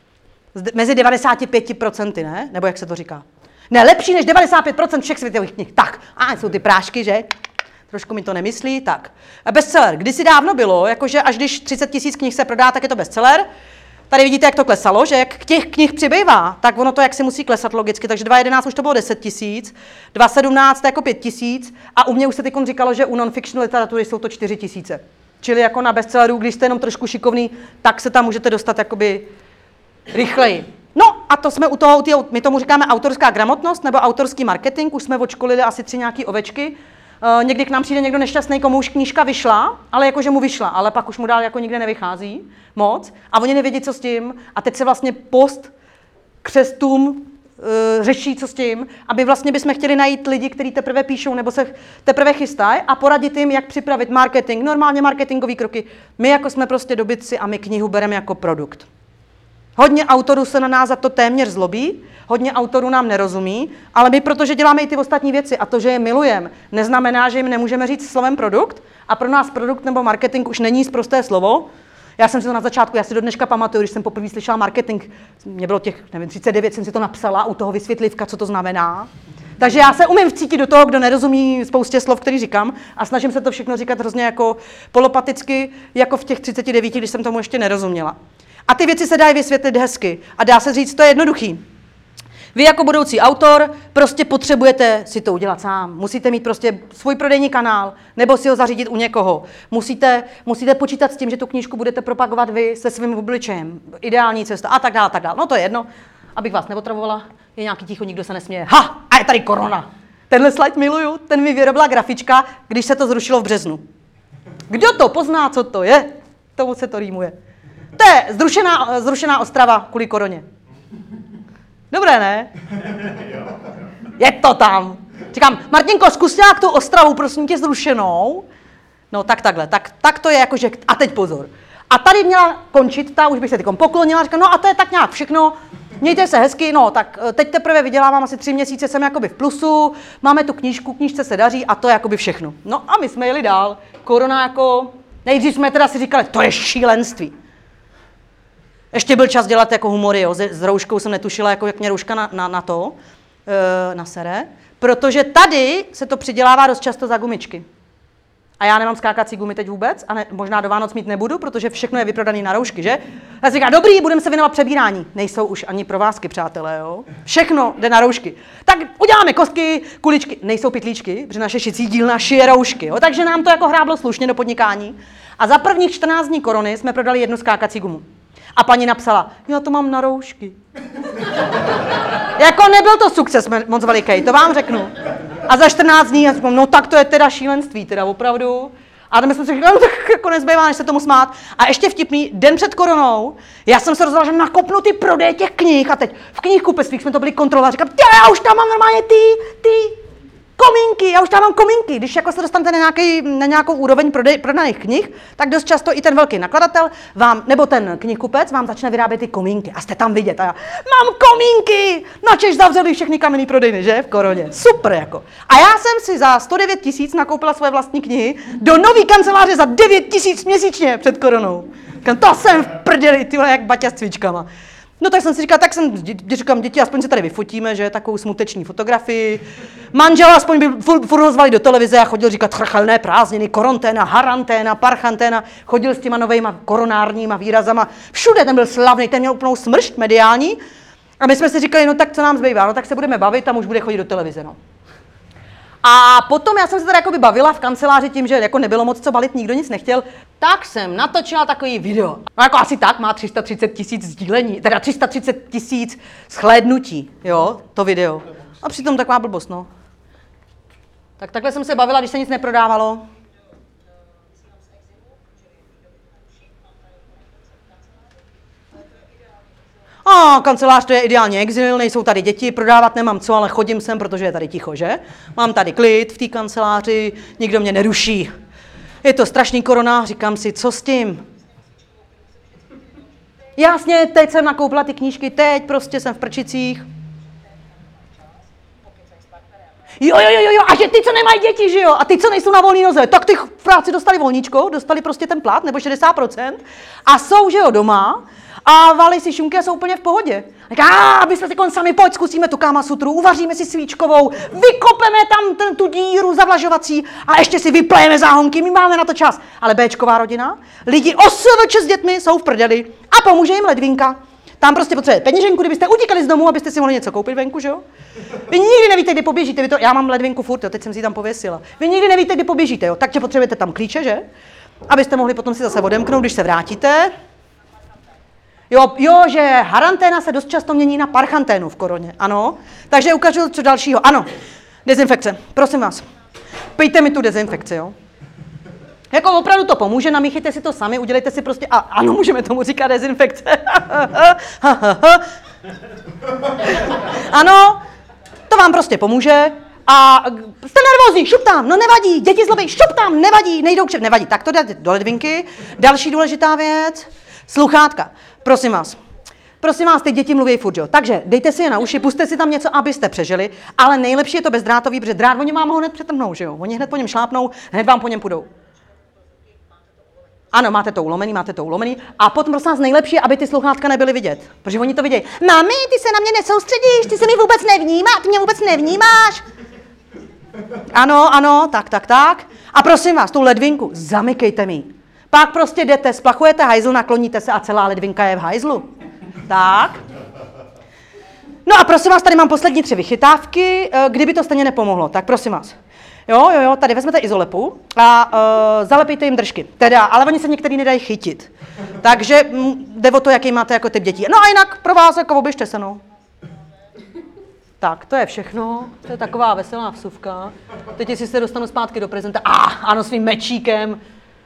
mezi devadesát pět procent, ne? Nebo jak se to říká? Ne, lepší než devadesát pět procent všech světových knih. Tak, a jsou ty prášky, že? Trošku mi to nemyslí, tak. Bestseller. Kdysi dávno bylo, jakože až když třicet tisíc knih se prodá, tak je to bestseller. Tady vidíte, jak to klesalo, že jak těch knih přibývá, tak ono to jak si musí klesat logicky. Takže dva jedenáct už to bylo deset tisíc, dva sedmnáct jako pět tisíc a u mě už se teď říkalo, že u non-fiction literatury jsou to čtyři tisíce. Čili jako na bestselleru, když jste jenom trošku šikovný, tak se tam můžete dostat jakoby rychleji. No a to jsme u toho, my tomu říkáme autorská gramotnost nebo autorský marketing, už jsme odškolili asi tři nějaký ovečky. Uh, někdy k nám přijde někdo nešťastný, komu už knížka vyšla, ale jakože mu vyšla, ale pak už mu dál jako nikde nevychází moc a oni nevědí, co s tím a teď se vlastně post křestům uh, řeší, co s tím, aby vlastně bychom chtěli najít lidi, kteří teprve píšou nebo se teprve chystají a poradit jim, jak připravit marketing, normálně marketingové kroky. My jako jsme prostě dobytci a my knihu bereme jako produkt. Hodně autorů se na nás za to téměř zlobí, hodně autorů nám nerozumí, ale my, protože děláme i ty ostatní věci a to, že je milujeme, neznamená, že jim nemůžeme říct slovem produkt a pro nás produkt nebo marketing už není sprosté slovo. Já jsem si to na začátku, já si do dneška pamatuju, když jsem poprvé slyšela marketing, mě bylo těch, nevím, třicet devět, jsem si to napsala, u toho vysvětlivka, co to znamená. Takže já se umím vcítit do toho, kdo nerozumí spoustě slov, který říkám a snažím se to všechno říkat hrozně jako polopaticky, jako v těch třiceti devíti, když jsem tomu ještě nerozuměla. A ty věci se dají vysvětlit hezky a dá se říct, to je jednoduchý. Vy jako budoucí autor prostě potřebujete si to udělat sám. Musíte mít prostě svůj prodejní kanál nebo si ho zařídit u někoho. Musíte, musíte počítat s tím, že tu knížku budete propagovat vy se svým obličejem. Ideální cesta a tak dále, tak dále. No to je jedno, abych vás neotravovala. Je nějaký ticho, nikdo se nesměje. Ha, a je tady korona. Tenhle slide miluju, ten mi vyrobila grafička, když se to zrušilo v březnu. Kdo to pozná, co to je? Tomu se to rýmuje. To je zrušená, zrušená Ostrava kvůli koroně. Dobré, ne? Je to tam. Říkám, Martinko, zkus nějak tu Ostravu, prosím tě, zrušenou. No tak takhle, tak, tak to je jakože, a teď pozor. A tady měla končit ta, už bych se tykom poklonila, říkala, no a to je tak nějak všechno, mějte se hezky, no tak teď teprve vydělávám asi tři měsíce, jsem jakoby v plusu, máme tu knížku, knížce se daří a to je jakoby všechno. No a my jsme jeli dál, korona jako, nejdřív jsme teda si říkali, to je šílenství. Ještě byl čas dělat jako humory, jo, s, s rouškou jsem netušila, jako jak mě rouška na, na, na to, e, na sere, protože tady se to přidělává dost často za gumičky. A já nemám skákací gumy teď vůbec a ne, možná do Vánoc mít nebudu, protože všechno je vyprodané na roušky, že? A já si říkám, dobrý, budeme se věnovat přebírání. Nejsou už ani provázky, přátelé, jo? Všechno jde na roušky. Tak uděláme kostky, kuličky, nejsou pytlíčky, protože naše šicí dílna šije roušky, jo? Takže nám to jako hráblo slušně do podnikání. A za prvních čtrnáct dní korony jsme prodali jednu skákací gumu. A paní napsala, já to mám na roušky. Jako nebyl to sukces moc veliký, to vám řeknu. A za čtrnáct dní, já říkám, no tak to je teda šílenství, teda opravdu. A tam jsme si říkali, no tak jako nezbývá, než se tomu smát. A ještě vtipný, den před koronou, já jsem se rozhodla, že nakopnu ty prodeje těch knih a teď v knihkupectvích jsme to byli kontrolovat. Říkám, já už tam mám normálně ty, ty komínky, já už tam mám komínky. Když jako se dostanete na, nějaký, na nějakou úroveň prodej, prodaných knih, tak dost často i ten velký nakladatel vám, nebo ten knihkupec vám začne vyrábět ty komínky a jste tam vidět. A já, mám komínky! Načež zavřeli všechny kamenný prodejny, že? V koroně. Super jako. A já jsem si za sto devět tisíc nakoupila svoje vlastní knihy do nový kanceláře za devět tisíc měsíčně před koronou. Říkám, to jsem v prdeli, tyhle, jak Baťa s cvičkama. No tak jsem si říkal, tak jsem, říkám, děti, aspoň se tady vyfotíme, že, takovou smuteční fotografii. Manžela aspoň by furt, furt rozvali do televize a chodil říkat chrchelné prázdniny, koronténa, haranténa, parchanténa, chodil s těma novejma koronárníma výrazama. Všude ten byl slavný, ten měl úplnou smršť mediální. A my jsme si říkali, no tak co nám zbývá, no tak se budeme bavit a už bude chodit do televize, no. A potom já jsem se tady jakoby bavila v kanceláři tím, že jako nebylo moc co balit, nikdo nic nechtěl, tak jsem natočila takový video. No jako asi tak, má tři sta třicet tisíc sdílení, teda tři sta třicet tisíc shlédnutí, jo, to video. A přitom taková blbost, no. Tak takhle jsem se bavila, když se nic neprodávalo. A kancelář to je ideální exil, nejsou tady děti, prodávat nemám co, ale chodím sem, protože je tady ticho, že? Mám tady klid v té kanceláři, nikdo mě neruší. Je to strašný korona, říkám si, co s tím? Jasně, teď jsem nakoupila ty knížky, teď prostě jsem v prčicích. Jo, jo, jo, jo, a že ty, co nemají děti, že jo, a ty, co nejsou na volný noze, tak ty v práci dostali volníčko, dostali prostě ten plat, nebo šedesát procent a jsou, že jo, doma a valí si šunky a jsou úplně v pohodě. Tak, aby jsme si kon sami, pojď, zkusíme tu Kama Sutru, uvaříme si svíčkovou, vykopeme tam ten, tu díru zavlažovací a ještě si vyplejeme záhonky, my máme na to čas. Ale Béčková rodina, lidi O S V Č s dětmi jsou v prdeli a pomůže jim ledvinka. Tam prostě potřebujete peněženku, kdybyste utíkali z domu, abyste si mohli něco koupit venku, že jo? Vy nikdy nevíte, kdy poběžíte, vy to, já mám ledvinku furt, jo, teď jsem si ji tam pověsila. Vy nikdy nevíte, kdy poběžíte, jo, takže potřebujete tam klíče, že? Abyste mohli potom si zase odemknout, když se vrátíte. Jo, jo, že haranténa se dost často mění na parchanténu v koroně, ano. Takže ukážu co dalšího, ano, dezinfekce, prosím vás, pijte mi tu dezinfekci, jo. Jako opravdu to pomůže, namíchejte si to sami, udělejte si prostě, a ano, můžeme tomu říkat dezinfekce. Ano, to vám prostě pomůže. A jste nervózní, šup tam, no nevadí, děti zlobí, šup tam, nevadí, nejdou k nevadí. Tak to dáte do ledvinky. Další důležitá věc, sluchátka, prosím vás. Prosím vás, ty děti mluví furt, jo. Takže dejte si je na uši, puste si tam něco, abyste přežili, ale nejlepší je to bezdrátový, protože drát oni vám ho hned přetrhnou, že jo. Oni hned po něm šlápnou, hned vám po něm půjdou. Ano, máte to ulomený, máte to ulomený. A potom prosím vás nejlepší je, aby ty sluchátka nebyly vidět. Protože oni to vidějí. Mami, ty se na mě nesoustředíš, ty se mi vůbec nevnímáš, ty mě vůbec nevnímáš. Ano, ano, tak, tak, tak. A prosím vás, tu ledvinku zamykejte mi. Pak prostě jdete, splachujete hajzl, nakloníte se a celá ledvinka je v hajzlu. Tak. No a prosím vás, tady mám poslední tři vychytávky, kdyby to stejně nepomohlo. Tak prosím vás. Jo, jo, jo, tady vezmete izolepu a uh, zalepíte jim držky. Teda, ale oni se některý nedají chytit. Takže m, jde o to, jaký máte jako typ dětí. No a jinak pro vás jako oběžte se, no. Tak, to je všechno. To je taková veselá vsuvka. Teď si se dostanu zpátky do prezenta. Ah, ano, svým mečíkem.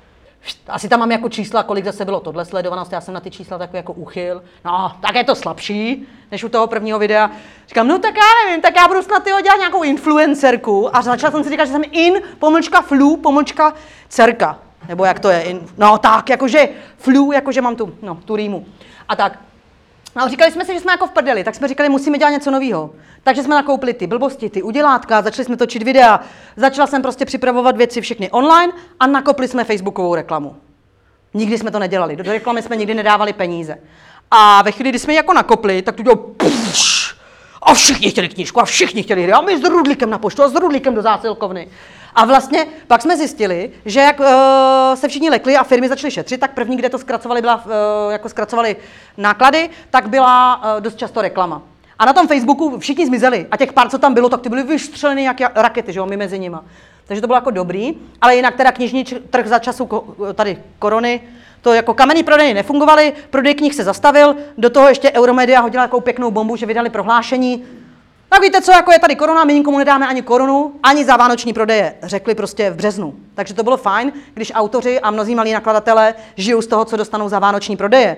Asi tam mám jako čísla, kolik zase bylo tohle sledovanost, já jsem na ty čísla takový jako uchyl. No, tak je to slabší, než u toho prvního videa. Říkám, no tak já nevím, tak já budu snad tyho dělat nějakou influencerku. A začala jsem si říkat, že jsem in, pomlčka flu, pomlčka dcerka. Nebo jak to je, in, no tak, jakože flu, jakože mám tu, no, tu rýmu. A tak. No a říkali jsme si, že jsme jako v prdeli, tak jsme říkali, musíme dělat něco nového. Takže jsme nakoupili ty blbosti, ty udělátka, začali jsme točit videa, začala jsem prostě připravovat věci všechny online a nakopli jsme facebookovou reklamu. Nikdy jsme to nedělali, do reklamy jsme nikdy nedávali peníze. A ve chvíli, kdy jsme ji jako nakopli, tak to dělalo pš, a všichni chtěli knížku a všichni chtěli hry a my s Rudlíkem na poštu a s Rudlíkem do zásilkovny. A vlastně pak jsme zjistili, že jak uh, se všichni lekli a firmy začaly šetřit, tak první, kde to zkracovali, byla, uh, jako zkracovali náklady, tak byla uh, dost často reklama. A na tom Facebooku všichni zmizeli a těch pár, co tam bylo, tak ty byly vystřeleny jak rakety, že jo, my mezi nima. Takže to bylo jako dobrý, ale jinak teda knižní trh za času ko- tady korony, to jako kamenný prodej nefungovaly, prodej knih se zastavil, do toho ještě Euromedia hodila takovou pěknou bombu, že vydali prohlášení. Tak víte co, jako je tady korona, my nikomu nedáme ani korunu, ani za vánoční prodeje, řekli prostě v březnu. Takže to bylo fajn, když autoři a mnozí malí nakladatelé žijou z toho, co dostanou za vánoční prodeje.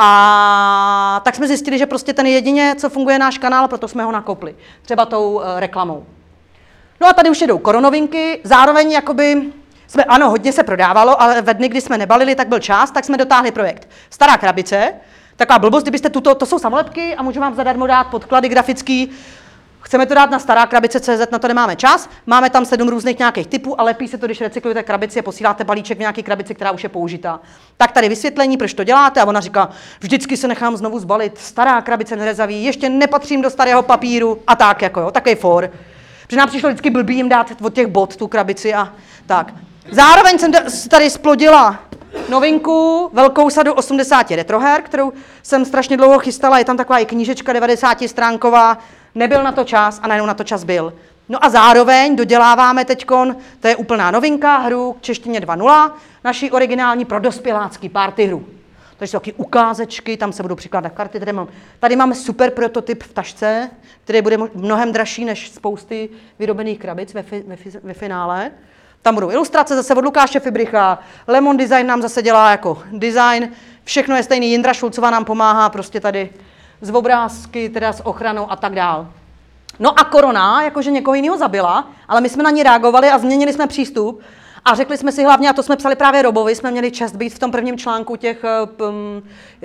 A tak jsme zjistili, že prostě ten jedině, co funguje náš kanál, proto jsme ho nakopli. Třeba tou uh, reklamou. No a tady už jedou koronovinky, zároveň jakoby jsme, ano, hodně se prodávalo, ale ve dny, kdy jsme nebalili, tak byl čas, tak jsme dotáhli projekt Stará krabice, taková blbost, kdybyste tuto, to jsou samolepky a můžu vám zadarmo dát podklady grafický. Chceme to dát na stará krabice tečka cé zet, na to nemáme čas, máme tam sedm různých nějakých typů a lepí se to, když recyklujete krabici a posíláte balíček v nějaké krabici, která už je použitá. Tak tady vysvětlení, proč to děláte a ona říká, vždycky se nechám znovu zbalit, stará krabice nerezaví, ještě nepatřím do starého papíru a tak jako jo, takový for. Protože nám přišlo vždycky blbý jim dát od těch bot tu krabici a tak. Zároveň jsem tady splodila novinku, velkou sadu osmdesáti retroher, kterou jsem strašně dlouho chystala, je tam taková i knížečka devadesátistránková, nebyl na to čas a najednou na to čas byl. No a zároveň doděláváme teďkon, to je úplná novinka, hru k češtině dva nula, naší originální pro dospělácký party hru. Takže jsou taky ukázečky, tam se budou přikládat karty. Tady, mám, tady máme super prototyp v tašce, který bude mnohem dražší než spousty vyrobených krabic ve, fi, ve, fi, ve finále. Tam budou ilustrace zase od Lukáše Fibricha, Lemon Design nám zase dělá jako design, všechno je stejný, Jindra Šulcová nám pomáhá prostě tady z obrázky, teda s ochranou a tak dál. No a korona, jakože někoho jiného zabila, ale my jsme na ní reagovali a změnili jsme přístup a řekli jsme si hlavně, a to jsme psali právě Robovi, jsme měli čest být v tom prvním článku těch, um,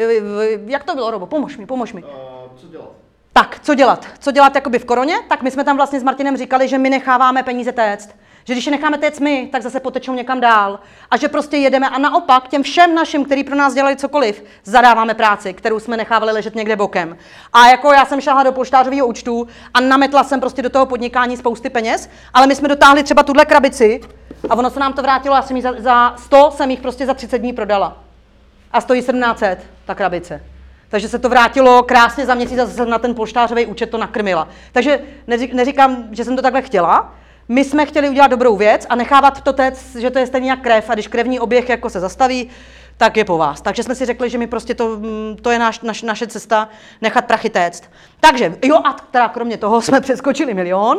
jak to bylo, Robo, pomož mi, pomož mi. Uh, co dělat? Tak, co dělat? Co dělat jakoby v koroně? Tak my jsme tam vlastně s Martinem říkali, že my necháváme peníze téct. Že když je necháme téct my, tak zase potečou někam dál. A že prostě jedeme a naopak těm všem našim, kteří pro nás dělali cokoliv, zadáváme práci, kterou jsme nechávali ležet někde bokem. A jako já jsem šla do polštářového účtu a nametla jsem prostě do toho podnikání spousty peněz, ale my jsme dotáhli třeba tuhle krabici a ono se nám to vrátilo, já jsem jí za, za sto jsem jich prostě za třicet dní prodala. A stojí sedmnáct set ta krabice. Takže se to vrátilo krásně za měsíc a zase na ten polštářový účet to nakrmila. Takže neříkám, že jsem to takhle chtěla. My jsme chtěli udělat dobrou věc a nechávat to téct, že to je stejně jak krev a když krevní oběh jako se zastaví, tak je po vás. Takže jsme si řekli, že my prostě to, to je naš, naš, naše cesta nechat prachy téct. Takže jo a teda kromě toho jsme přeskočili milion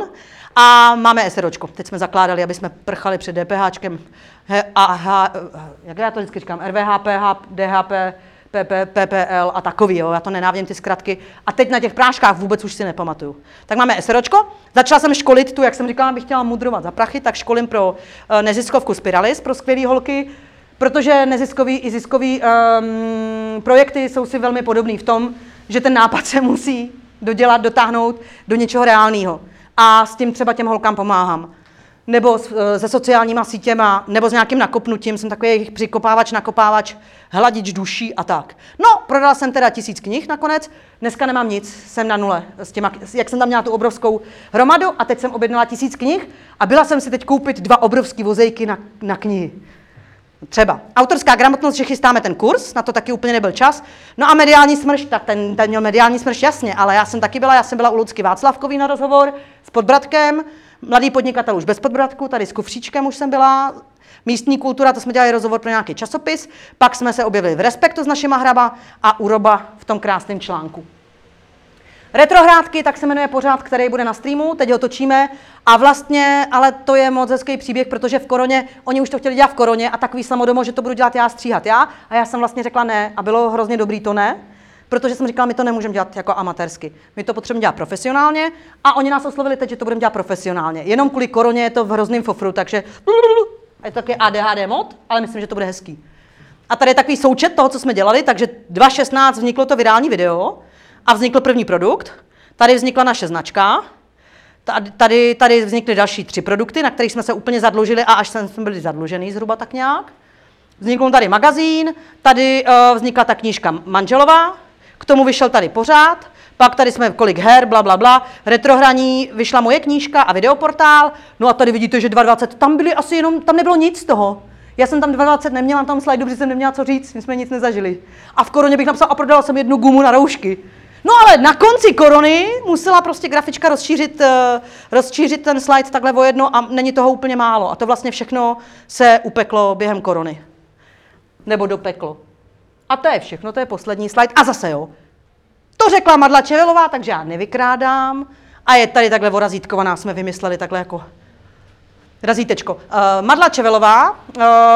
a máme SROčko. Teď jsme zakládali, aby jsme prchali před DPHčkem a, a jak já to vždycky říkám, R V H P, D H P, P P L a takový, jo, já to nenávidím ty zkratky. A teď na těch práškách vůbec už si nepamatuju. Tak máme SROčko, začala jsem školit tu, jak jsem říkala, bych chtěla mudrovat za prachy, tak školím pro uh, neziskovku Spiralis, pro skvělý holky, protože neziskový i ziskový um, projekty jsou si velmi podobný v tom, že ten nápad se musí dodělat, dotáhnout do něčeho reálného. A s tím třeba těm holkám pomáhám. Nebo se sociálníma sítěma, nebo s nějakým nakopnutím, jsem takový jejich přikopávač, nakopávač, hladič duší a tak. No, prodala jsem teda tisíc knih nakonec, dneska nemám nic, jsem na nule, s těma, jak jsem tam měla tu obrovskou hromadu a teď jsem objednala tisíc knih a byla jsem si teď koupit dva obrovský vozejky na, na knihy. Třeba. Autorská gramotnost, že chystáme ten kurz, na to taky úplně nebyl čas. No a mediální smršť, tak ten, ten měl mediální smršť jasně, ale já jsem taky byla, já jsem byla u Lucky Václavkový na rozhovor s Podbratkem, mladý podnikatel už bez podbratku, tady s Kufříčkem už jsem byla, místní kultura, to jsme dělali rozhovor pro nějaký časopis, pak jsme se objevili v Respektu s našima hraba a u Roba v tom krásném článku. Retrohrádky, tak se jmenuje pořád, který bude na streamu, teď ho točíme a vlastně, ale to je moc hezký příběh, protože v koroně, oni už to chtěli dělat v koroně a takový samodomo, že to budu dělat já, stříhat já a já jsem vlastně řekla ne a bylo hrozně dobrý to ne, protože jsem říkala, my to nemůžeme dělat jako amatérsky, my to potřebujeme dělat profesionálně a oni nás oslovili teď, že to budeme dělat profesionálně, jenom kvůli koroně je to v hrozným fofru, takže je to taky A D H D mod, ale myslím, že to bude hezký. A tady je takový součet toho, co jsme dělali, takže dva tisíce šestnáct vzniklo to virální video a vznikl první produkt. Tady vznikla naše značka, tady, tady vznikly další tři produkty, na kterých jsme se úplně zadlužili a až jsme byli zadlužený zhruba tak nějak. Vznikl tady magazín, tady uh, vznikla ta knížka Manželová, k tomu vyšel tady pořád, pak tady jsme kolik her, bla, bla, bla, retrohraní, vyšla moje knížka a videoportál, no a tady vidíte, že dvacet dva, tam byly asi jenom, tam nebylo nic z toho. Já jsem tam dvacet dva neměla na tom slajdu, protože jsem neměla co říct, my jsme nic nezažili. A v koroně bych napsala a prodala jsem jednu gumu na roušky. No ale na konci korony musela prostě grafička rozšířit, uh, rozšířit ten slide takhle o jedno a není toho úplně málo. A to vlastně všechno se upeklo během korony. Nebo dopeklo. A to je všechno, to je poslední slide. A zase jo. To řekla Madla Čevelová, takže já nevykrádám. A je tady takhle orazítkovaná, jsme vymysleli takhle jako razítečko. Uh, Madla Čevelová, uh,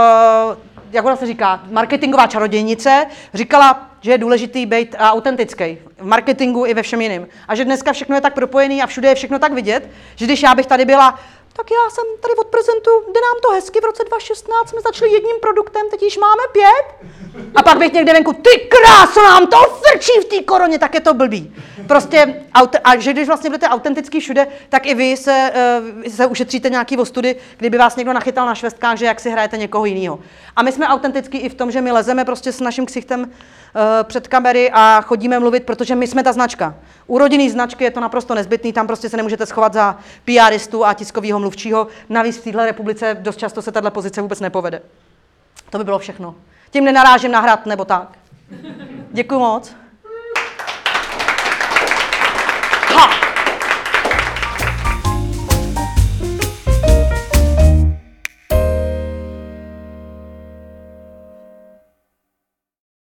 jak ona se říká, marketingová čarodějnice, říkala, že je důležitý být autentický v marketingu i ve všem jiném. A že dneska všechno je tak propojený a všude je všechno tak vidět, že když já bych tady byla, tak já jsem tady odprezentu, jde nám to hezky, v roce dva tisíce šestnáct jsme začali jedním produktem, teď již máme pět. A pak bych někde venku, ty kráso, nám to frčí v té koroně, tak je to blbý. Prostě, a že když vlastně budete autentický všude, tak i vy se, uh, se ušetříte nějaký ostudy, kdyby vás někdo nachytal na švestkách, že jak si hrajete někoho jiného. A my jsme autentický i v tom, že my lezeme prostě s naším ksichtem uh, před kamery a chodíme mluvit, protože my jsme ta značka. U rodinný značky je to naprosto nezbytný, tam prostě se nemůžete schovat za PRistu a tiskovýho mluvčího. Navíc v této republice dost často se tato pozice vůbec nepovede. To by bylo všechno. Tím nenarážím na hrad nebo tak. Děkuju moc.